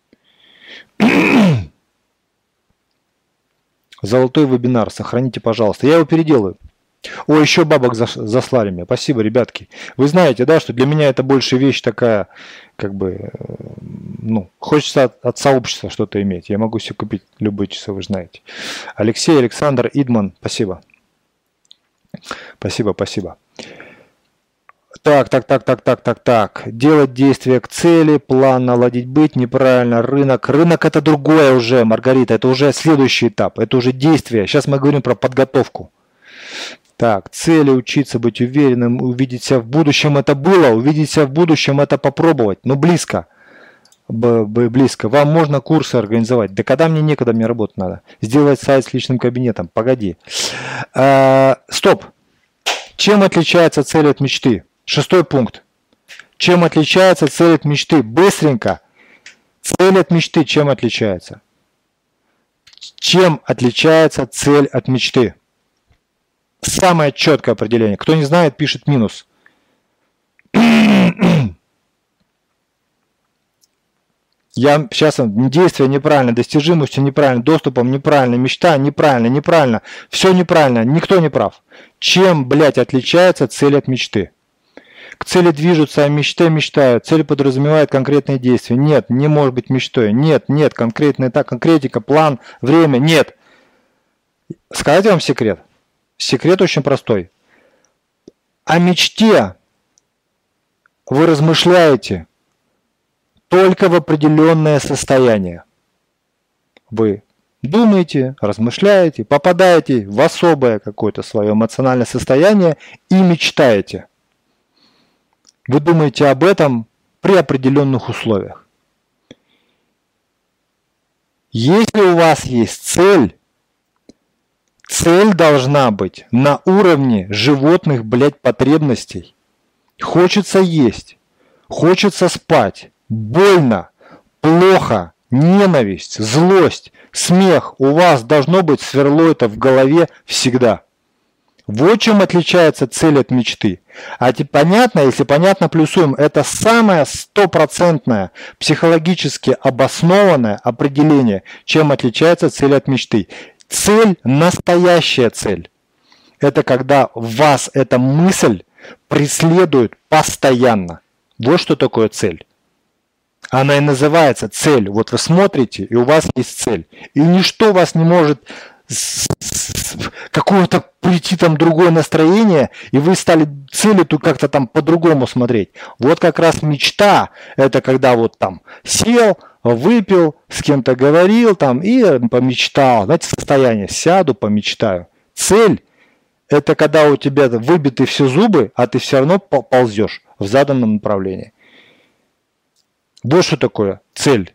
Speaker 1: Золотой вебинар, сохраните, пожалуйста. Я его переделаю. О, еще бабок заслали мне. Спасибо, ребятки. Вы знаете, да, что для меня это больше вещь такая, как бы, ну, хочется от сообщества что-то иметь. Я могу себе купить любые часы, вы знаете. Алексей, Александр, Идман, спасибо. Спасибо. Так. Делать действия к цели, план наладить быть, неправильно, рынок. Рынок это другое уже, Маргарита, это уже следующий этап, это уже действие. Сейчас мы говорим про подготовку. Так, цели, учиться быть уверенным, увидеть себя в будущем это было, увидеть себя в будущем это попробовать, но близко. Близко. Вам можно курсы организовать. Да когда мне некогда, мне работать надо. Сделать сайт с личным кабинетом. Погоди. Стоп. Чем отличается цель от мечты? 6-й пункт. Чем отличается цель от мечты? Быстренько. Цель от мечты чем отличается? Чем отличается цель от мечты? Самое четкое определение. Кто не знает, пишет минус. Я сейчас действие неправильно, достижимостью неправильно, доступом неправильно, мечта неправильно. Все неправильно, никто не прав. Чем, блядь, отличается цель от мечты? К цели движутся, а мечты мечтают. Цель подразумевает конкретные действия. Нет, не может быть мечтой. Нет, конкретика, план, время. Нет. Сказать вам секрет? Секрет очень простой. О мечте вы размышляете только в определенное состояние. Вы думаете, размышляете, попадаете в особое какое-то свое эмоциональное состояние и мечтаете. Вы думаете об этом при определенных условиях. Если у вас есть цель, цель должна быть на уровне животных, блядь, потребностей. Хочется есть, хочется спать, больно, плохо, ненависть, злость, смех. У вас должно быть сверло это в голове всегда. Вот чем отличается цель от мечты. А понятно, если понятно, плюсуем, это самое 100% психологически обоснованное определение, чем отличается цель от мечты. Цель, настоящая цель. Это когда вас эта мысль преследует постоянно. Вот что такое цель. Она и называется цель. Вот вы смотрите, и у вас есть цель. И ничто вас не может какое-то прийти там другое настроение, и вы стали целью тут как-то там по-другому смотреть. Вот как раз мечта, это когда вот там сел, выпил, с кем-то говорил там и помечтал. Знаете, состояние, сяду, помечтаю. Цель – это когда у тебя выбиты все зубы, а ты все равно ползешь в заданном направлении. Вот что такое цель.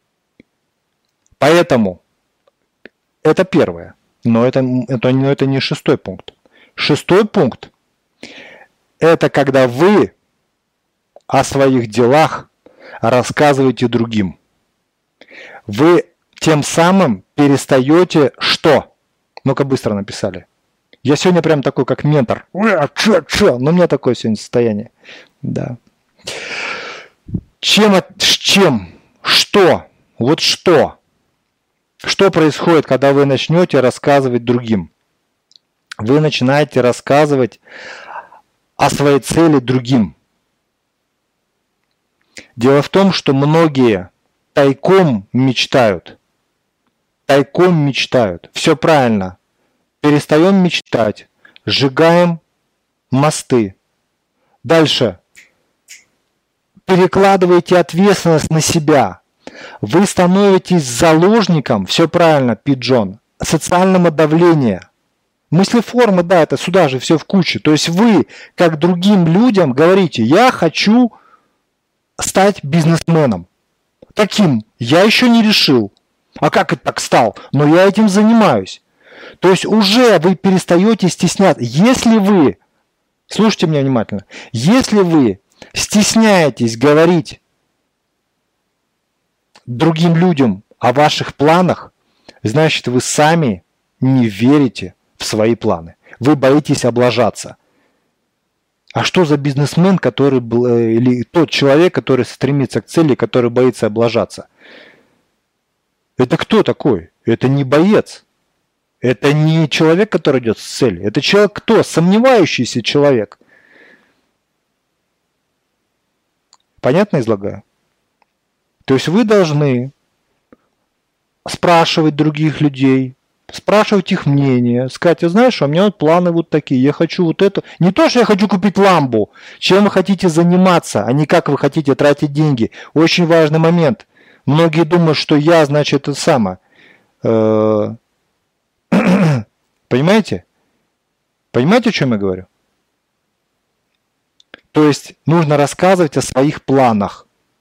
Speaker 1: Поэтому это первое. Но это не шестой пункт. Шестой пункт – это когда вы о своих делах рассказываете другим. Вы тем самым перестаете что? Ну-ка быстро написали. Я сегодня прям такой, как ментор. Но у меня такое сегодня состояние. Да. Чем? Что? Вот что? Что происходит, когда вы начнете рассказывать другим? Вы начинаете рассказывать о своей цели другим. Дело в том, что многие тайком мечтают. Тайком мечтают. Все правильно. Перестаем мечтать. Сжигаем мосты. Дальше. Перекладываете ответственность на себя. Вы становитесь заложником, все правильно, Пиджон, социального давления. Мыслеформы, да, это сюда же все в кучу. То есть вы, как другим людям, говорите, я хочу стать бизнесменом. Каким? Я еще не решил. А как это так стал? Но я этим занимаюсь. То есть уже вы перестаете стесняться. Если вы, слушайте меня внимательно, если вы стесняетесь говорить другим людям о ваших планах, значит, вы сами не верите в свои планы. Вы боитесь облажаться. А что за бизнесмен, который был, или тот человек, который стремится к цели, который боится облажаться? Это кто такой? Это не боец. Это не человек, который идет с целью. Это человек кто? Сомневающийся человек. Понятно излагаю? То есть вы должны спрашивать других людей, спрашивать их мнение, сказать, знаешь, у меня вот планы вот такие, я хочу вот это. Не то, что я хочу купить ламбу, чем вы хотите заниматься, а не как вы хотите тратить деньги. Очень важный момент. Многие думают, что я, значит, это самое. Понимаете? Понимаете, о чем я говорю? То есть нужно рассказывать о своих планах.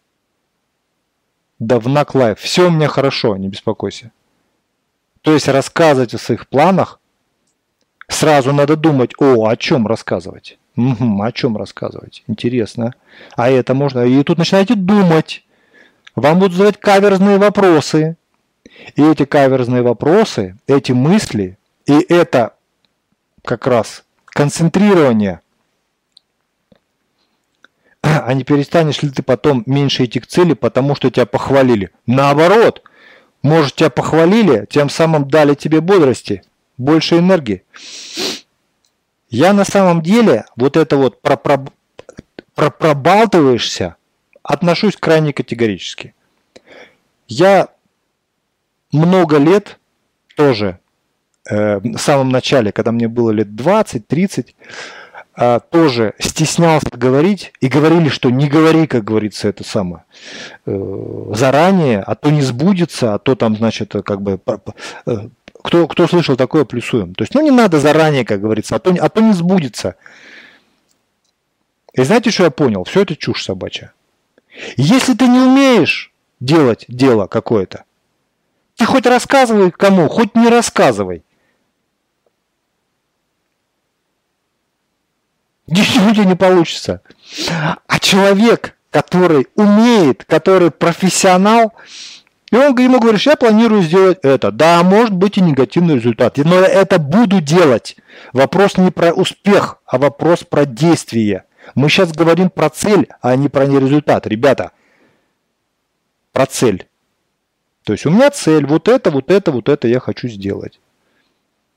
Speaker 1: Да в NAC Live. Все у меня хорошо, не беспокойся. То есть рассказывать о своих планах, сразу надо думать, о чем рассказывать. О чем рассказывать. Интересно. А это можно. И тут начинаете думать. Вам будут задавать каверзные вопросы. И эти каверзные вопросы, эти мысли, и это как раз концентрирование, а не перестанешь ли ты потом меньше идти к цели, потому что тебя похвалили. Наоборот, может, тебя похвалили, тем самым дали тебе бодрости, больше энергии. Я на самом деле вот это вот пробалтываешься, отношусь крайне категорически. Я много лет тоже, в самом начале, когда мне было лет 20-30, тоже стеснялся говорить, и говорили, что не говори, как говорится, это самое, заранее, а то не сбудется, а то там, значит, как бы, кто слышал такое, плюсуем. То есть, не надо заранее, как говорится, а то не сбудется. И знаете, что я понял? Все это чушь собачья. Если ты не умеешь делать дело какое-то, ты хоть рассказывай кому, хоть не рассказывай. Ничего у тебя не получится. А человек, который умеет, который профессионал, и он ему говорит, я планирую сделать это. Да, может быть и негативный результат, но это буду делать. Вопрос не про успех, а вопрос про действие. Мы сейчас говорим про цель, а не про результат. Ребята, про цель. То есть у меня цель, вот это я хочу сделать.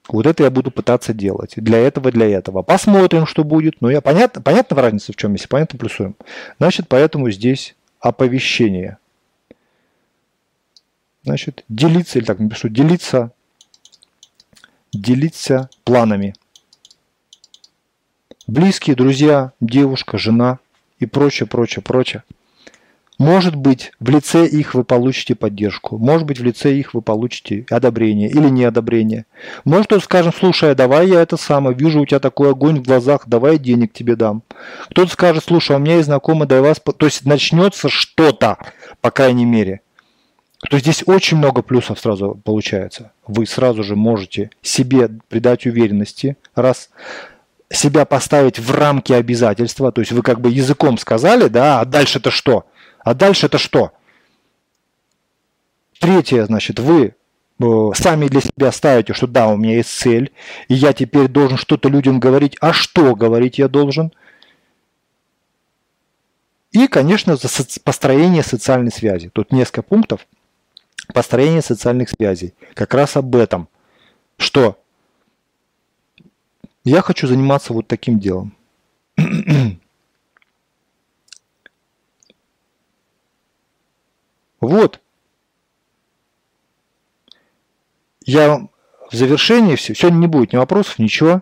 Speaker 1: Вот это я буду пытаться делать. Для этого, для этого. Посмотрим, что будет. Но понятна разница в чем? Если понятно, плюсуем. Значит, поэтому здесь оповещение. Значит, делиться, или так напишу, делиться планами. Близкие, друзья, девушка, жена и прочее, прочее, прочее. Может быть, в лице их вы получите поддержку. Может быть, в лице их вы получите одобрение или неодобрение. Может, он скажет, слушай, давай я это самое, вижу у тебя такой огонь в глазах, давай я денег тебе дам. Кто-то скажет, слушай, у меня есть знакомый, дай вас... То есть начнется что-то, по крайней мере. То есть здесь очень много плюсов сразу получается. Вы сразу же можете себе придать уверенности, раз себя поставить в рамки обязательства. То есть вы как бы языком сказали, да, а дальше-то что? А дальше-то что? Третье, значит, вы сами для себя ставите, что да, у меня есть цель, и я теперь должен что-то людям говорить. А что говорить я должен? И, конечно, построение социальной связи. Тут несколько пунктов. Построение социальных связей. Как раз об этом. Что? Я хочу заниматься вот таким делом. Вот. Я в завершении все. Сегодня не будет ни вопросов, ничего.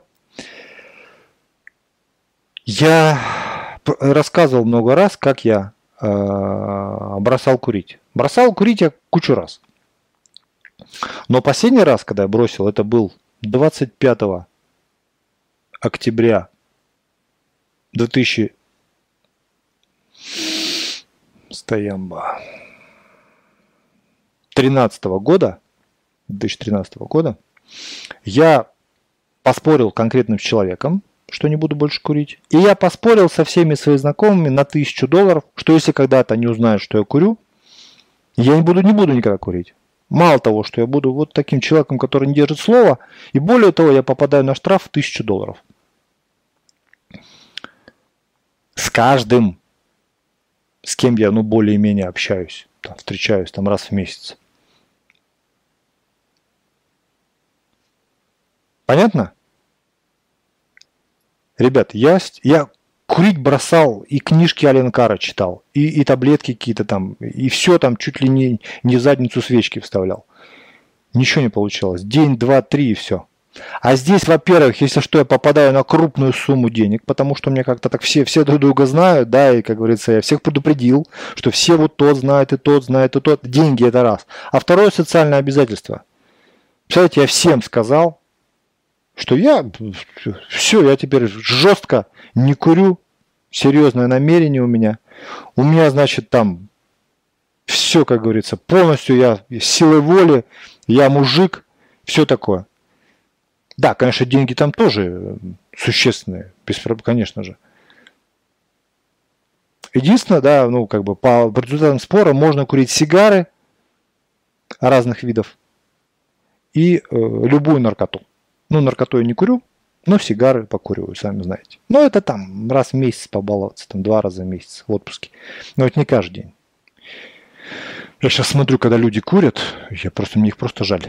Speaker 1: Я рассказывал много раз, как я бросал курить. Бросал курить я кучу раз. Но последний раз, когда я бросил, это был 25 октября 2013 года. Я поспорил конкретным с человеком, что не буду больше курить. И я поспорил со всеми своими знакомыми на $1000, что если когда-то они узнают, что я курю, я не буду никогда курить. Мало того, что я буду вот таким человеком, который не держит слова, и более того, я попадаю на штраф в $1000. С каждым, с кем я, более-менее общаюсь, встречаюсь раз в месяц. Понятно? Ребят, я курить бросал, и книжки Аленкара читал, и таблетки какие-то там, и все там чуть ли не в задницу свечки вставлял. Ничего не получалось. День, два, три и все. А здесь, во-первых, если что, я попадаю на крупную сумму денег, потому что мне как-то так все друг друга знают, да, и, как говорится, я всех предупредил, что все вот тот знает, и тот знает, и тот. Деньги – это раз. А второе – социальное обязательство. Представляете, я всем сказал, что я теперь жестко не курю, серьезное намерение у меня. У меня, значит, там все, как говорится, полностью я силой воли, я мужик, все такое. Да, конечно, деньги там тоже существенные, конечно же. Единственное, да, по результатам спора можно курить сигары разных видов и любую наркоту. Наркоту я не курю, но сигары покуриваю, сами знаете. Но это там раз в месяц побаловаться, 2 раза в месяц в отпуске. Но это не каждый день. Я сейчас смотрю, когда люди курят, мне их просто жаль.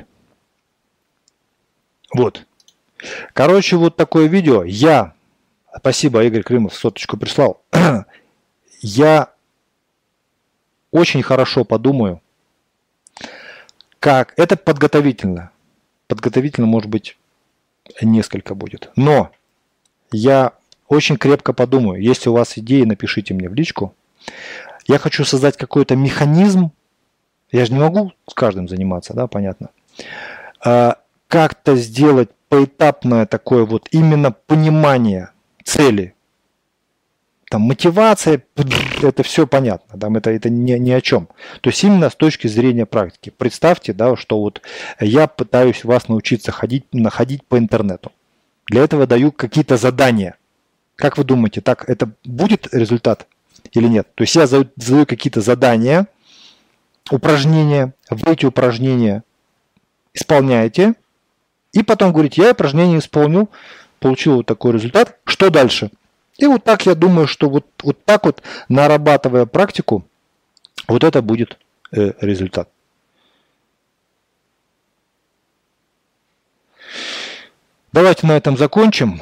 Speaker 1: Вот. Короче, вот такое видео. Спасибо, Игорь Крымов, 100 прислал. Я очень хорошо подумаю, как... Это подготовительно. Подготовительно, может быть, несколько будет. Но я очень крепко подумаю. Если у вас идеи, напишите мне в личку. Я хочу создать какой-то механизм. Я же не могу с каждым заниматься, да, понятно. Как-то сделать поэтапное такое вот именно понимание цели. Там мотивация, это все понятно, там это ни о чем. То есть именно с точки зрения практики. Представьте, да, что вот я пытаюсь вас научиться находить по интернету. Для этого даю какие-то задания. Как вы думаете, так это будет результат или нет? То есть я задаю какие-то задания, упражнения, вы эти упражнения исполняете, и потом говорите, я упражнение исполнил, получил вот такой результат, что дальше? И вот так я думаю, что вот так вот, нарабатывая практику, вот это будет результат. Давайте на этом закончим.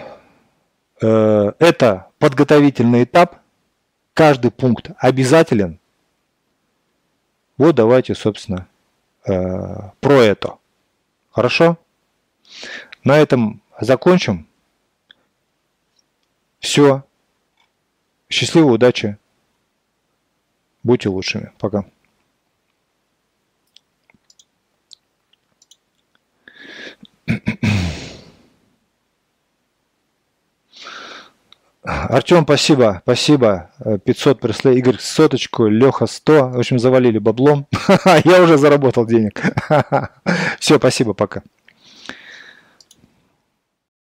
Speaker 1: Это подготовительный этап. Каждый пункт обязателен. Вот давайте, собственно, про это. Хорошо? На этом закончим. Все. Счастливо, удачи. Будьте лучшими. Пока. Артем, спасибо, спасибо. 500 прислали, Игорь соточку, Леха 100. В общем, завалили баблом. Я уже заработал денег. Все, спасибо, пока.